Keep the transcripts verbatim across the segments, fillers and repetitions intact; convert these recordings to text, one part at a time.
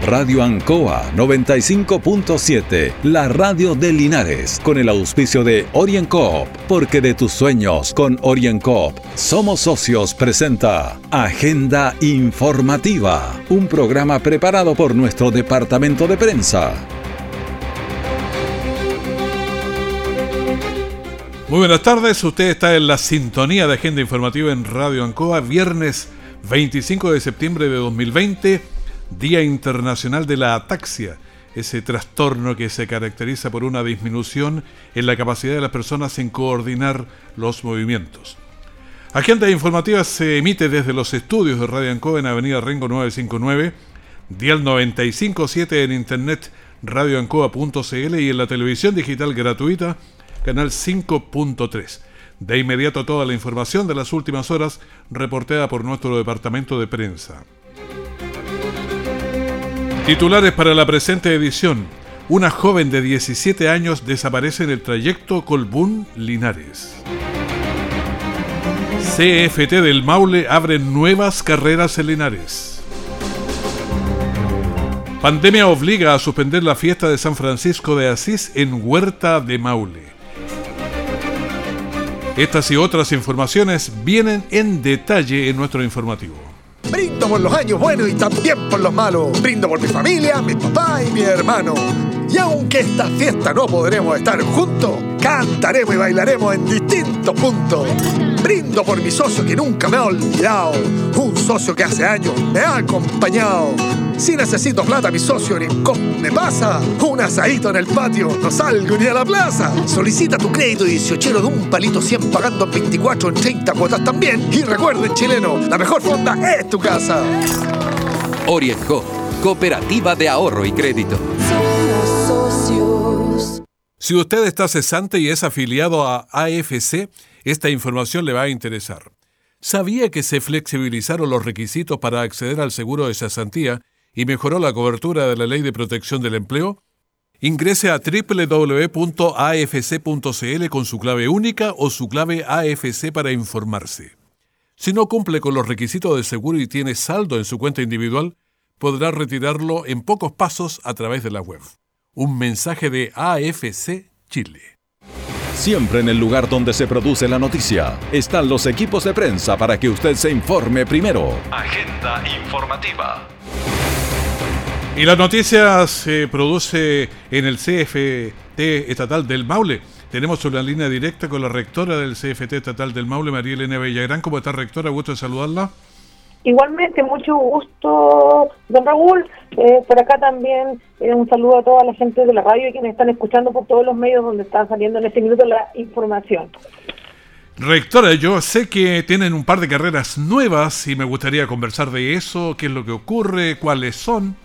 Radio Ancoa noventa y cinco punto siete, la radio de Linares, con el auspicio de OrienCoop, porque de tus sueños con OrienCoop somos socios, presenta Agenda Informativa, un programa preparado por nuestro departamento de prensa. Muy buenas tardes, usted está en la sintonía de Agenda Informativa en Radio Ancoa, viernes veinticinco de septiembre de dos mil veinte, Día Internacional de la Ataxia, ese trastorno que se caracteriza por una disminución en la capacidad de las personas en coordinar los movimientos. Agenda Informativa se emite desde los estudios de Radio Ancoa en Avenida Rengo novecientos cincuenta y nueve, dial noventa y cinco punto siete en internet radio ancoa punto c l y en la televisión digital gratuita canal cinco punto tres. De inmediato toda la información de las últimas horas reportada por nuestro departamento de prensa. Titulares para la presente edición. Una joven de diecisiete años desaparece en el trayecto Colbún-Linares. C F T del Maule abre nuevas carreras en Linares. Pandemia obliga a suspender la fiesta de San Francisco de Asís en Huerta de Maule. Estas y otras informaciones vienen en detalle en nuestro informativo. Brindo por los años buenos y también por los malos. Brindo por mi familia, mi papá y mi hermano. Y aunque esta fiesta no podremos estar juntos, cantaremos y bailaremos en distintos puntos. Brindo por mi socio que nunca me ha olvidado, un socio que hace años me ha acompañado. Si necesito plata, mi socio Oriencoop me pasa. Un asadito en el patio, no salgo ni a la plaza. Solicita tu crédito dieciochero de un palito cien pagando en veinticuatro en treinta cuotas también. Y recuerden, chileno, la mejor fonda es tu casa. Oriencoop, cooperativa de ahorro y crédito. Si usted está cesante y es afiliado a A F C, esta información le va a interesar. ¿Sabía que se flexibilizaron los requisitos para acceder al seguro de cesantía y mejoró la cobertura de la Ley de Protección del Empleo? Ingrese a doble u doble u doble u punto a f c punto c l con su clave única o su clave A F C para informarse. Si no cumple con los requisitos de seguro y tiene saldo en su cuenta individual, podrá retirarlo en pocos pasos a través de la web. Un mensaje de A F C Chile. Siempre en el lugar donde se produce la noticia están los equipos de prensa para que usted se informe primero. Agenda Informativa. Y la noticia se produce en el C F T estatal del Maule. Tenemos una línea directa con la rectora del C F T estatal del Maule, María Elena Villagrán. ¿Cómo está, rectora? Gusto de saludarla. Igualmente, mucho gusto, don Raúl. Eh, por acá también eh, un saludo a toda la gente de la radio y quienes están escuchando por todos los medios donde está saliendo en este minuto la información. Rectora, yo sé que tienen un par de carreras nuevas y me gustaría conversar de eso, qué es lo que ocurre, cuáles son.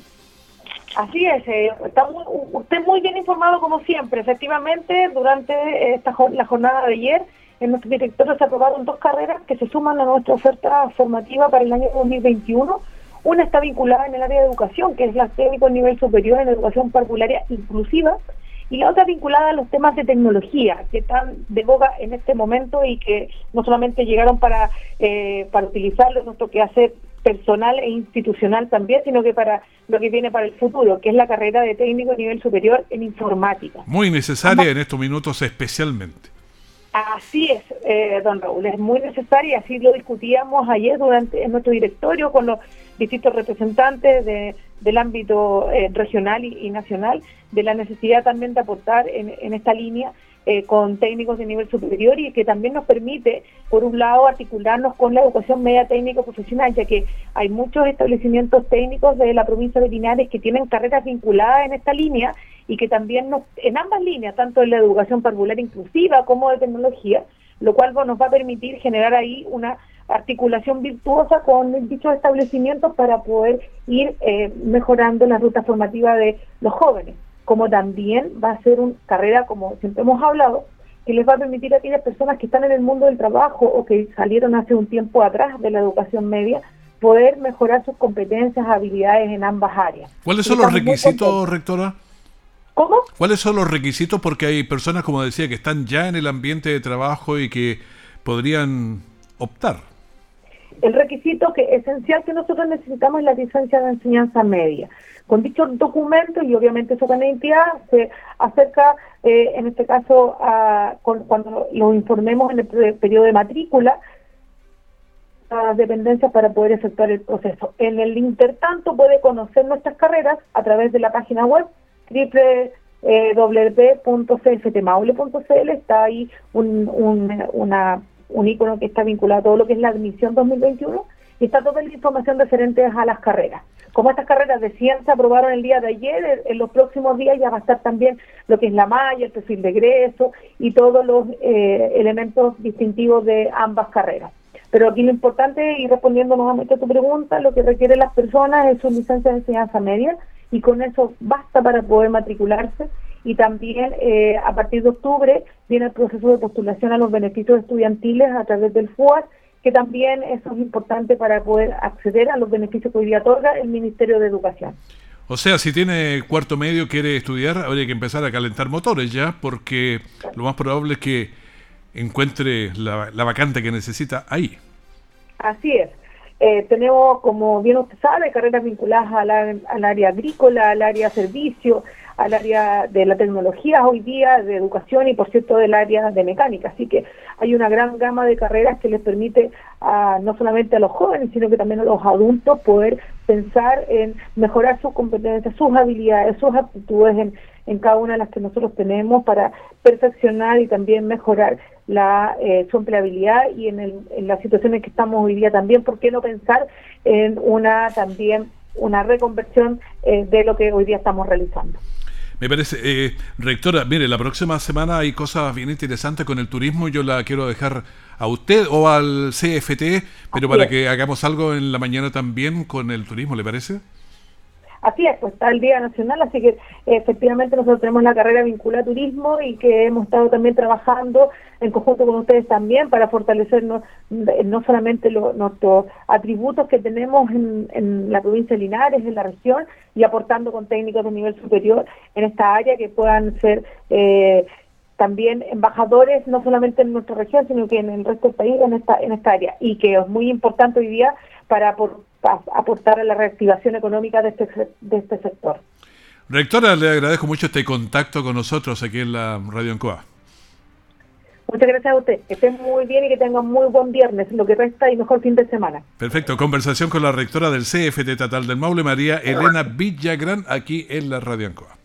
Así es, eh, está muy, usted muy bien informado como siempre. Efectivamente, durante esta la jornada de ayer, en nuestro directorio se aprobaron dos carreras que se suman a nuestra oferta formativa para el año dos mil veintiuno. Una está vinculada en el área de educación, que es la técnico a nivel superior en educación parvularia inclusiva, y la otra vinculada a los temas de tecnología, que están de boga en este momento y que no solamente llegaron para, eh, para utilizarlo en nuestro quehacer personal e institucional también, sino que para lo que viene para el futuro, que es la carrera de técnico a nivel superior en informática. Muy necesaria en estos minutos especialmente. Así es, eh, don Raúl, es muy necesaria, así lo discutíamos ayer durante en nuestro directorio con los distintos representantes de, del ámbito eh, regional y, y nacional, de la necesidad también de aportar en, en esta línea eh, con técnicos de nivel superior y que también nos permite, por un lado, articularnos con la educación media técnico profesional, ya que hay muchos establecimientos técnicos de la provincia de Linares que tienen carreras vinculadas en esta línea y que también nos, en ambas líneas, tanto en la educación parvular inclusiva como de tecnología, lo cual nos va a permitir generar ahí una articulación virtuosa con dichos establecimientos para poder ir eh, mejorando la ruta formativa de los jóvenes, como también va a ser una carrera, como siempre hemos hablado, que les va a permitir a aquellas personas que están en el mundo del trabajo o que salieron hace un tiempo atrás de la educación media, poder mejorar sus competencias, habilidades en ambas áreas. ¿Cuáles son los requisitos, rectora? ¿Cómo? ¿Cuáles son los requisitos? Porque hay personas, como decía, que están ya en el ambiente de trabajo y que podrían optar. El requisito que esencial que nosotros necesitamos es la licencia de enseñanza media. Con dichos documentos, y obviamente eso con la entidad, se acerca, eh, en este caso, a, con, cuando lo informemos en el periodo de matrícula, a las dependencias para poder efectuar el proceso. En el intertanto puede conocer nuestras carreras a través de la página web doble u doble u doble u punto c f t maule punto c l. Está ahí un, un, una, un icono que está vinculado a todo lo que es la admisión dos mil veintiuno y está toda la información referente a las carreras. Como estas carreras de cien se aprobaron el día de ayer, en los próximos días ya va a estar también lo que es la malla, el perfil de egreso y todos los eh, elementos distintivos de ambas carreras. Pero aquí lo importante, y respondiendo nuevamente a tu pregunta, lo que requieren las personas es su licencia de enseñanza media, y con eso basta para poder matricularse. Y también eh, a partir de octubre viene el proceso de postulación a los beneficios estudiantiles a través del F U A R, que también eso es importante para poder acceder a los beneficios que hoy día otorga el Ministerio de Educación. O sea, si tiene cuarto medio, quiere estudiar, habría que empezar a calentar motores ya, porque lo más probable es que encuentre la, la vacante que necesita ahí. Así es. Eh, tenemos, como bien usted sabe, carreras vinculadas a la, al área agrícola, al área servicio, al área de la tecnología hoy día, de educación y por cierto del área de mecánica. Así que hay una gran gama de carreras que les permite a, no solamente a los jóvenes, sino que también a los adultos poder pensar en mejorar sus competencias, sus habilidades, sus aptitudes en, en cada una de las que nosotros tenemos para perfeccionar y también mejorar la eh, su empleabilidad y en, el, en la situación en que estamos hoy día también. ¿Por qué no pensar en una también una reconversión eh, de lo que hoy día estamos realizando? Me parece, eh, rectora, mire, la próxima semana hay cosas bien interesantes con el turismo. Yo la quiero dejar a usted o al C F T, pero Así para es. que hagamos algo en la mañana también con el turismo, ¿le parece? Así es, pues está el Día Nacional, así que eh, efectivamente nosotros tenemos la carrera vinculada a turismo y que hemos estado también trabajando en conjunto con ustedes también para fortalecer no, no solamente lo, nuestros atributos que tenemos en, en la provincia de Linares, en la región, y aportando con técnicos de nivel superior en esta área que puedan ser eh, también embajadores, no solamente en nuestra región, sino que en el resto del país en esta, en esta área, y que es muy importante hoy día para aportar aportar a la reactivación económica de este, de este sector. Rectora, le agradezco mucho este contacto con nosotros aquí en la Radio Ancoa. Muchas gracias a usted. Que estén muy bien y que tengan muy buen viernes, lo que resta, y mejor fin de semana. Perfecto. Conversación con la rectora del C F T Estatal del Maule, María Elena Villagrán, aquí en la Radio Ancoa.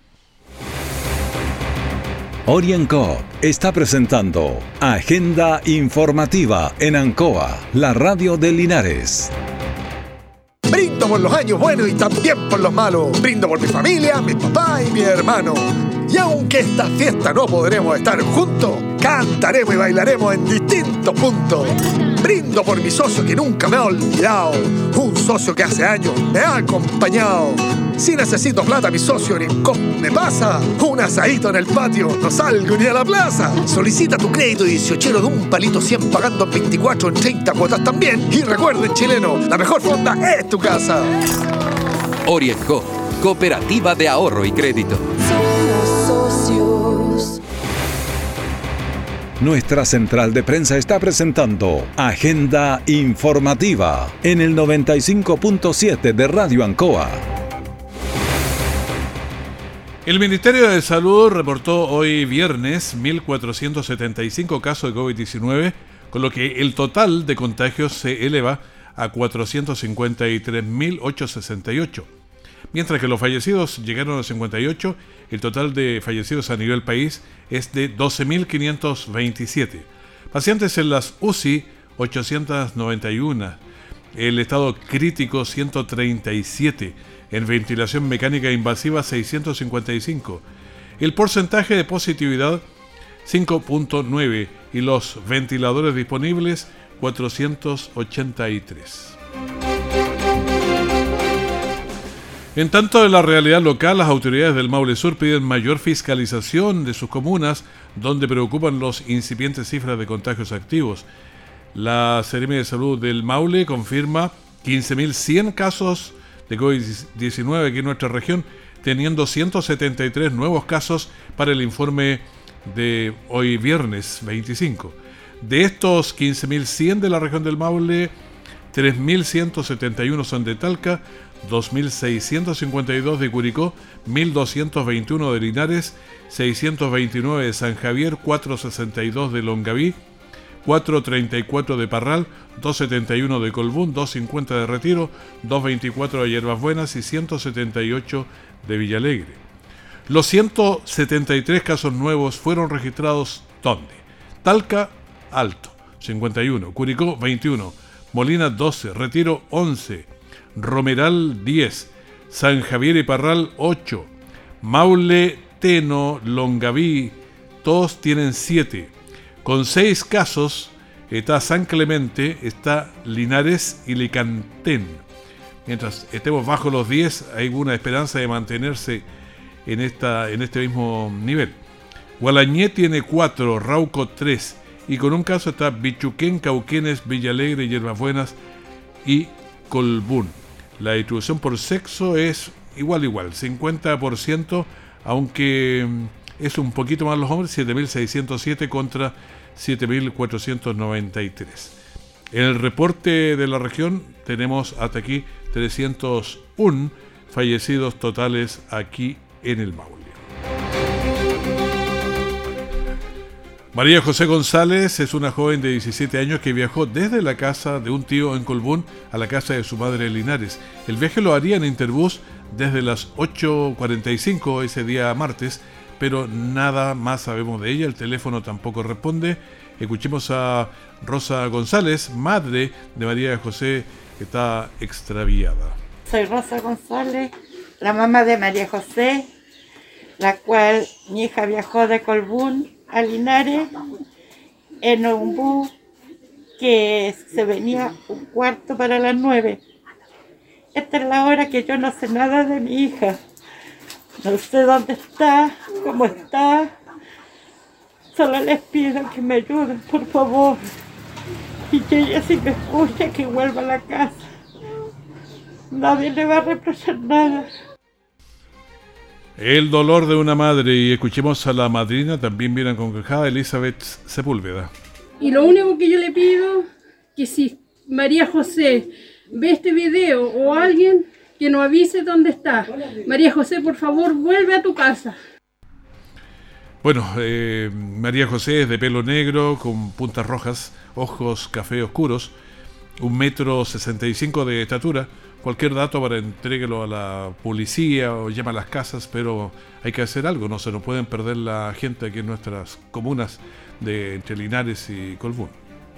OrienCoop está presentando Agenda Informativa en Ancoa, la radio de Linares. Brindo por los años buenos y también por los malos. Brindo por mi familia, mi papá y mi hermano. Y aunque esta fiesta no podremos estar juntos, cantaremos y bailaremos en distintos puntos. Brindo por mi socio que nunca me ha olvidado, un socio que hace años me ha acompañado. Si necesito plata, mi socio Oriencoop me pasa un asadito en el patio, no salgo ni a la plaza. Solicita tu crédito dieciochero de un palito cien pagando en veinticuatro, en treinta cuotas también. Y recuerden, chileno, la mejor fonda es tu casa. Oriencoop, cooperativa de ahorro y crédito. Nuestra central de prensa está presentando Agenda Informativa en el noventa y cinco punto siete de Radio Ancoa. El Ministerio de Salud reportó hoy viernes mil cuatrocientos setenta y cinco casos de COVID diecinueve, con lo que el total de contagios se eleva a cuatrocientos cincuenta y tres mil ochocientos sesenta y ocho. Mientras que los fallecidos llegaron a cincuenta y ocho, el total de fallecidos a nivel país es de doce mil quinientos veintisiete. Pacientes en las U C I, ochocientos noventa y uno. El estado crítico, ciento treinta y siete. En ventilación mecánica invasiva, seiscientos cincuenta y cinco. El porcentaje de positividad, cinco punto nueve. Y los ventiladores disponibles, cuatrocientos ochenta y tres. En tanto, en la realidad local, las autoridades del Maule Sur piden mayor fiscalización de sus comunas, donde preocupan los incipientes cifras de contagios activos. La Seremi de Salud del Maule confirma quince mil cien casos de COVID diecinueve aquí en nuestra región, teniendo ciento setenta y tres nuevos casos para el informe de hoy viernes veinticinco. De estos quince mil cien de la región del Maule, tres mil ciento setenta y uno son de Talca, dos mil seiscientos cincuenta y dos de Curicó, mil doscientos veintiuno de Linares, seiscientos veintinueve de San Javier, cuatrocientos sesenta y dos de Longaví, cuatrocientos treinta y cuatro de Parral, doscientos setenta y uno de Colbún, doscientos cincuenta de Retiro, doscientos veinticuatro de Hierbas Buenas y ciento setenta y ocho de Villalegre. Los ciento setenta y tres casos nuevos fueron registrados ¿dónde? Talca, Alto, cincuenta y uno, Curicó, veintiuno, Molina, doce, Retiro, once, Romeral, diez, San Javier y Parral, ocho, Maule, Teno, Longaví, todos tienen siete. Con seis casos está San Clemente, está Linares y Licantén. Mientras estemos bajo los diez, hay alguna esperanza de mantenerse en, esta, en este mismo nivel. Gualañé tiene cuatro, Rauco tres, y con un caso está Bichuquén, Cauquenes, Villalegre, Hierbas Buenas y Colbún. La distribución por sexo es igual igual, cincuenta por ciento, aunque es un poquito más los hombres, siete mil seiscientos siete contra siete mil cuatrocientos noventa y tres. En el reporte de la región tenemos hasta aquí trescientos uno fallecidos totales aquí en el Maule. María José González es una joven de diecisiete años que viajó desde la casa de un tío en Colbún a la casa de su madre en Linares. El viaje lo haría en Interbús desde las ocho cuarenta y cinco ese día martes, pero nada más sabemos de ella, el teléfono tampoco responde. Escuchemos a Rosa González, madre de María José, que está extraviada. Soy Rosa González, la mamá de María José, la cual mi hija viajó de Colbún a Linares en un bus que se venía un cuarto para las nueve. Esta es la hora que yo no sé nada de mi hija. No sé dónde está, cómo está. Solo les pido que me ayuden, por favor. Y que ella, si me escucha, que vuelva a la casa. Nadie le va a reprochar nada. El dolor de una madre, y escuchemos a la madrina, también bien acongojada, Elizabeth Sepúlveda. Y lo único que yo le pido, que si María José ve este video o alguien, que nos avise dónde está. María José, por favor, vuelve a tu casa. Bueno, eh, María José es de pelo negro, con puntas rojas, ojos café oscuros, un metro sesenta y cinco de estatura. Cualquier dato para entréguelo a la policía o llama a las casas, pero hay que hacer algo, no se nos pueden perder la gente aquí en nuestras comunas de entre Linares y Colbún.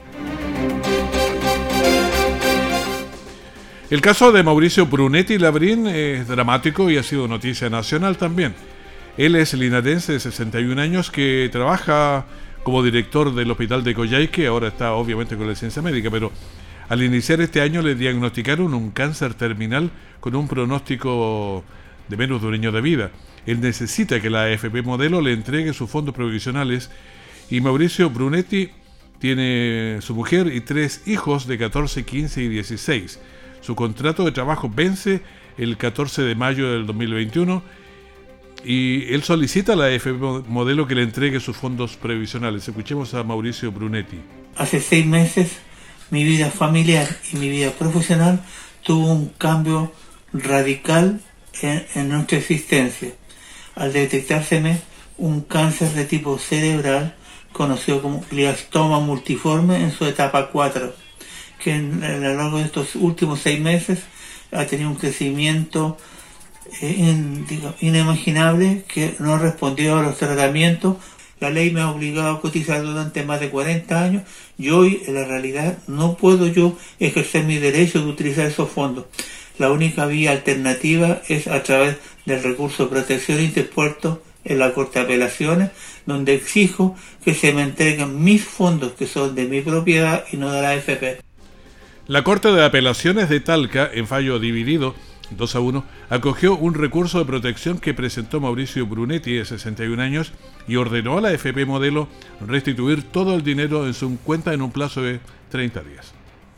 El caso de Mauricio Brunetti Labrín es dramático y ha sido noticia nacional también. Él es linarense de sesenta y un años que trabaja como director del hospital de Coyhaique, ahora está obviamente con la licencia médica, pero al iniciar este año le diagnosticaron un cáncer terminal con un pronóstico de menos de un año de vida. Él necesita que la A F P Modelo le entregue sus fondos provisionales y Mauricio Brunetti tiene su mujer y tres hijos de catorce, quince y dieciséis. Su contrato de trabajo vence el catorce de mayo del dos mil veintiuno y él solicita a la A F P Modelo que le entregue sus fondos previsionales. Escuchemos a Mauricio Brunetti. Hace seis meses mi vida familiar y mi vida profesional tuvo un cambio radical en, en nuestra existencia, al detectárseme un cáncer de tipo cerebral conocido como gliostoma multiforme en su etapa cuatro, que en, a lo largo de estos últimos seis meses ha tenido un crecimiento eh, in, digo, inimaginable que no respondió a los tratamientos. La ley me ha obligado a cotizar durante más de cuarenta años y hoy, en la realidad, no puedo yo ejercer mi derecho de utilizar esos fondos. La única vía alternativa es a través del recurso de protección interpuesto en la Corte de Apelaciones, donde exijo que se me entreguen mis fondos, que son de mi propiedad y no de la A F P. La Corte de Apelaciones de Talca, en fallo dividido dos a uno, acogió un recurso de protección que presentó Mauricio Brunetti, de sesenta y un años, y ordenó a la A F P Modelo restituir todo el dinero en su cuenta en un plazo de treinta días.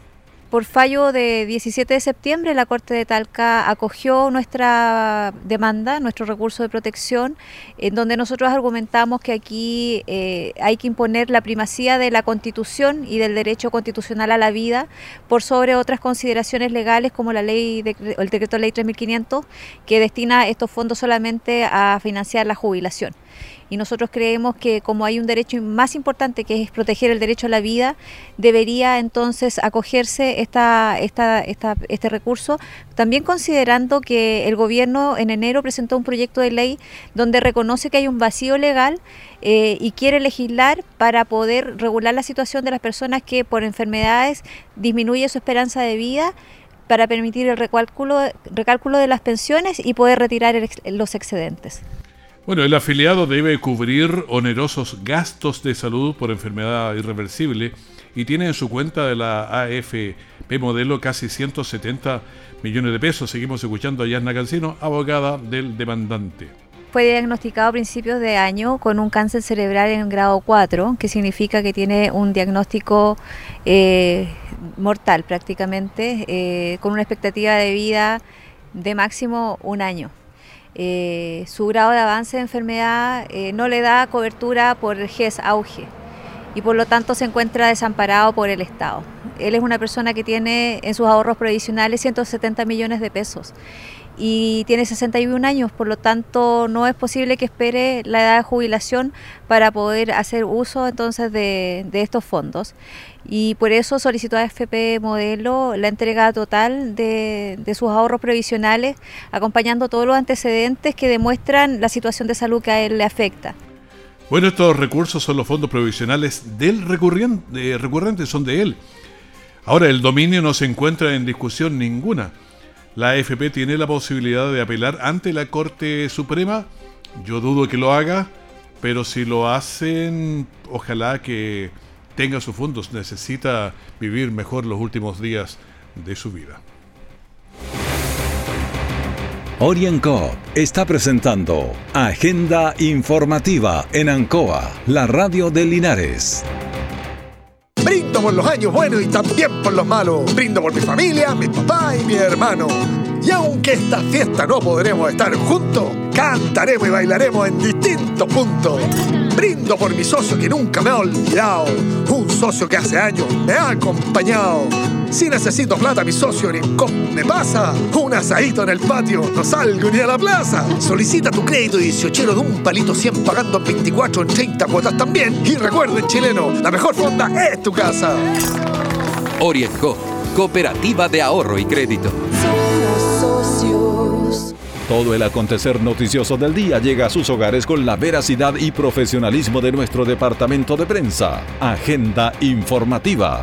por fallo de diecisiete de septiembre, la Corte de Talca acogió nuestra demanda, nuestro recurso de protección, en donde nosotros argumentamos que aquí eh, hay que imponer la primacía de la Constitución y del derecho constitucional a la vida por sobre otras consideraciones legales como la ley de, el decreto de ley tres mil quinientos, que destina estos fondos solamente a financiar la jubilación. Y nosotros creemos que como hay un derecho más importante que es proteger el derecho a la vida, debería entonces acogerse esta, esta, esta, este recurso, también considerando que el gobierno en enero presentó un proyecto de ley donde reconoce que hay un vacío legal eh, y quiere legislar para poder regular la situación de las personas que por enfermedades disminuye su esperanza de vida, para permitir el recálculo, recálculo de las pensiones y poder retirar el, los excedentes. Bueno, el afiliado debe cubrir onerosos gastos de salud por enfermedad irreversible y tiene en su cuenta de la A F P Modelo casi ciento setenta millones de pesos. Seguimos escuchando a Yasna Cancino, abogada del demandante. Fue diagnosticado a principios de año con un cáncer cerebral en grado cuatro, que significa que tiene un diagnóstico eh, mortal prácticamente, eh, con una expectativa de vida de máximo un año. Eh, su grado de avance de enfermedad eh, no le da cobertura por el G E S-Auge y por lo tanto se encuentra desamparado por el Estado. Él es una persona que tiene en sus ahorros previsionales ciento setenta millones de pesos y tiene sesenta y un años, por lo tanto no es posible que espere la edad de jubilación para poder hacer uso entonces de, de estos fondos. Y por eso solicitó a A F P Modelo la entrega total de, de sus ahorros previsionales, acompañando todos los antecedentes que demuestran la situación de salud que a él le afecta. Bueno, estos recursos son los fondos provisionales del recurrente, recurrente, son de él. Ahora, el dominio no se encuentra en discusión ninguna. La A F P tiene la posibilidad de apelar ante la Corte Suprema. Yo dudo que lo haga, pero si lo hacen, ojalá que tenga sus fondos. Necesita vivir mejor los últimos días de su vida. OrienCoop está presentando Agenda Informativa en Ancoa, la radio de Linares. Brindo por los años buenos y también por los malos. Brindo por mi familia, mi papá y mi hermano. Y aunque esta fiesta no podremos estar juntos, cantaremos y bailaremos en distintos puntos. Brindo por mi socio que nunca me ha olvidado, un socio que hace años me ha acompañado. Si necesito plata, mi socio OrienCoop me pasa un asadito en el patio, no salgo ni a la plaza. Solicita tu crédito dieciochero de un palito cien pagando en veinticuatro en treinta cuotas también. Y recuerden, chileno, la mejor fonda es tu casa. OrienCoop, cooperativa de ahorro y crédito. Todo el acontecer noticioso del día llega a sus hogares con la veracidad y profesionalismo de nuestro departamento de prensa. Agenda Informativa.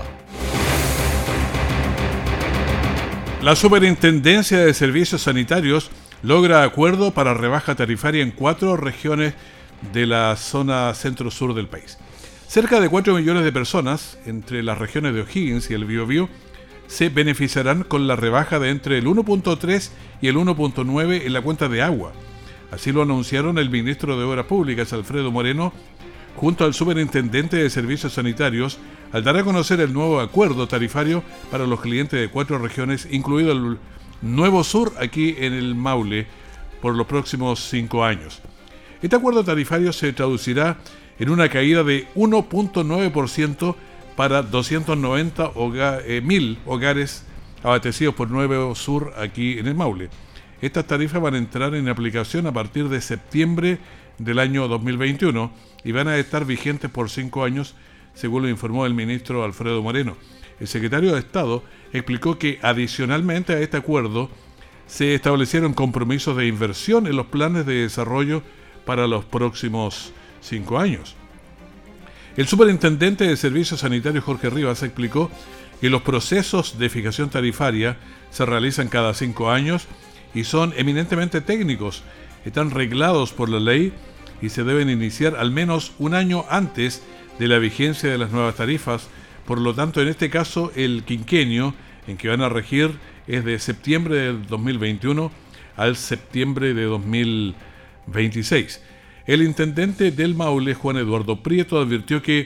La Superintendencia de Servicios Sanitarios logra acuerdo para rebaja tarifaria en cuatro regiones de la zona centro-sur del país. Cerca de cuatro millones de personas, entre las regiones de O'Higgins y el Biobío, se beneficiarán con la rebaja de entre el uno punto tres y el uno punto nueve en la cuenta de agua. Así lo anunciaron el ministro de Obras Públicas, Alfredo Moreno, junto al superintendente de Servicios Sanitarios, al dar a conocer el nuevo acuerdo tarifario para los clientes de cuatro regiones, incluido el Nuevo Sur, aquí en el Maule, por los próximos cinco años. Este acuerdo tarifario se traducirá en una caída de uno punto nueve por ciento para doscientos noventa mil hogares abastecidos por Nuevo Sur aquí en el Maule. Estas tarifas van a entrar en aplicación a partir de septiembre del año dos mil veintiuno y van a estar vigentes por cinco años, según lo informó el ministro Alfredo Moreno. El secretario de Estado explicó que adicionalmente a este acuerdo se establecieron compromisos de inversión en los planes de desarrollo para los próximos cinco años. El superintendente de Servicios Sanitarios, Jorge Rivas, explicó que los procesos de fijación tarifaria se realizan cada cinco años y son eminentemente técnicos, están reglados por la ley y se deben iniciar al menos un año antes de la vigencia de las nuevas tarifas. Por lo tanto, en este caso, el quinquenio en que van a regir es de septiembre del dos mil veintiuno al septiembre de dos mil veintiséis. El intendente del Maule, Juan Eduardo Prieto, advirtió que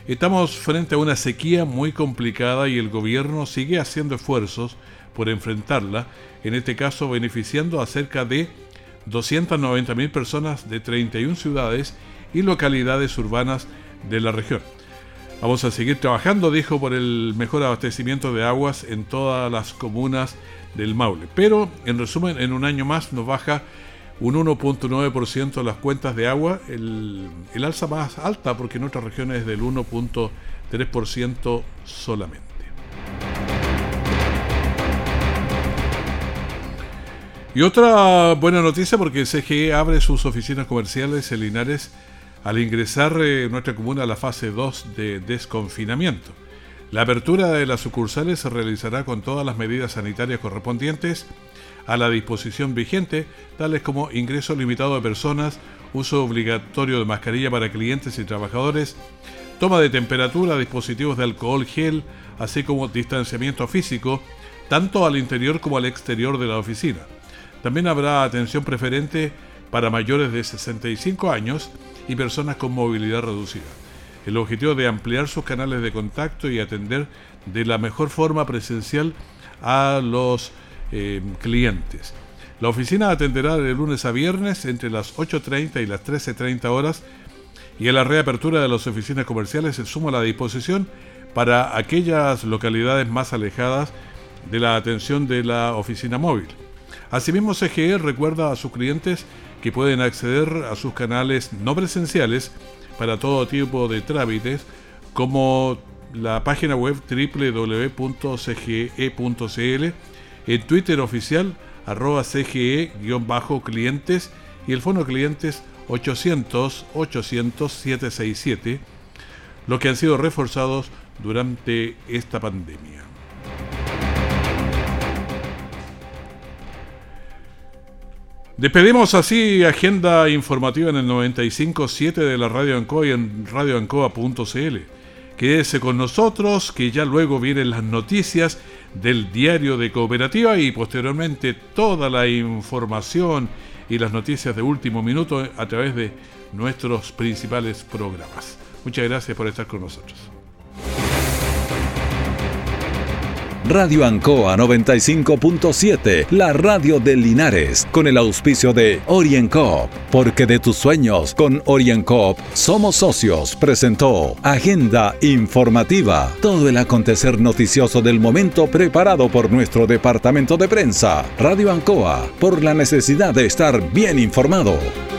Estamos frente a una sequía muy complicada y el gobierno sigue haciendo esfuerzos por enfrentarla, en este caso beneficiando a cerca de doscientas noventa mil personas de treinta y una ciudades y localidades urbanas de la región. Vamos a seguir trabajando, dijo, por el mejor abastecimiento de aguas en todas las comunas del Maule. Pero, en resumen, en un año más nos baja un uno punto nueve por ciento las cuentas de agua, el, el alza más alta porque en otras regiones es del uno punto tres por ciento solamente. Y otra buena noticia porque C G E abre sus oficinas comerciales en Linares al ingresar eh, nuestra comuna a la fase dos de desconfinamiento. La apertura de las sucursales se realizará con todas las medidas sanitarias correspondientes a la disposición vigente, tales como ingreso limitado de personas, uso obligatorio de mascarilla para clientes y trabajadores, toma de temperatura, dispositivos de alcohol gel, así como distanciamiento físico, tanto al interior como al exterior de la oficina. También habrá atención preferente para mayores de sesenta y cinco años y personas con movilidad reducida. El objetivo de ampliar sus canales de contacto y atender de la mejor forma presencial a los eh, clientes. La oficina atenderá de lunes a viernes entre las ocho treinta y las trece treinta horas y a la reapertura de las oficinas comerciales se suma la disposición para aquellas localidades más alejadas de la atención de la oficina móvil. Asimismo, C G E recuerda a sus clientes que pueden acceder a sus canales no presenciales para todo tipo de trámites, como la página web doble u doble u doble u punto c g e punto c l, en Twitter oficial, arroba C G E-clientes y el fono clientes ochocientos, ochocientos, setecientos sesenta y siete, los que han sido reforzados durante esta pandemia. Despedimos así agenda informativa en el noventa y cinco punto siete de la Radio Ancoa y en radio ancoa punto c l. Quédese con nosotros, que ya luego vienen las noticias del diario de Cooperativa y posteriormente toda la información y las noticias de último minuto a través de nuestros principales programas. Muchas gracias por estar con nosotros. Radio Ancoa noventa y cinco punto siete, la radio de Linares, con el auspicio de OrienCoop, porque de tus sueños con OrienCoop somos socios, presentó Agenda Informativa, todo el acontecer noticioso del momento preparado por nuestro departamento de prensa. Radio Ancoa, por la necesidad de estar bien informado.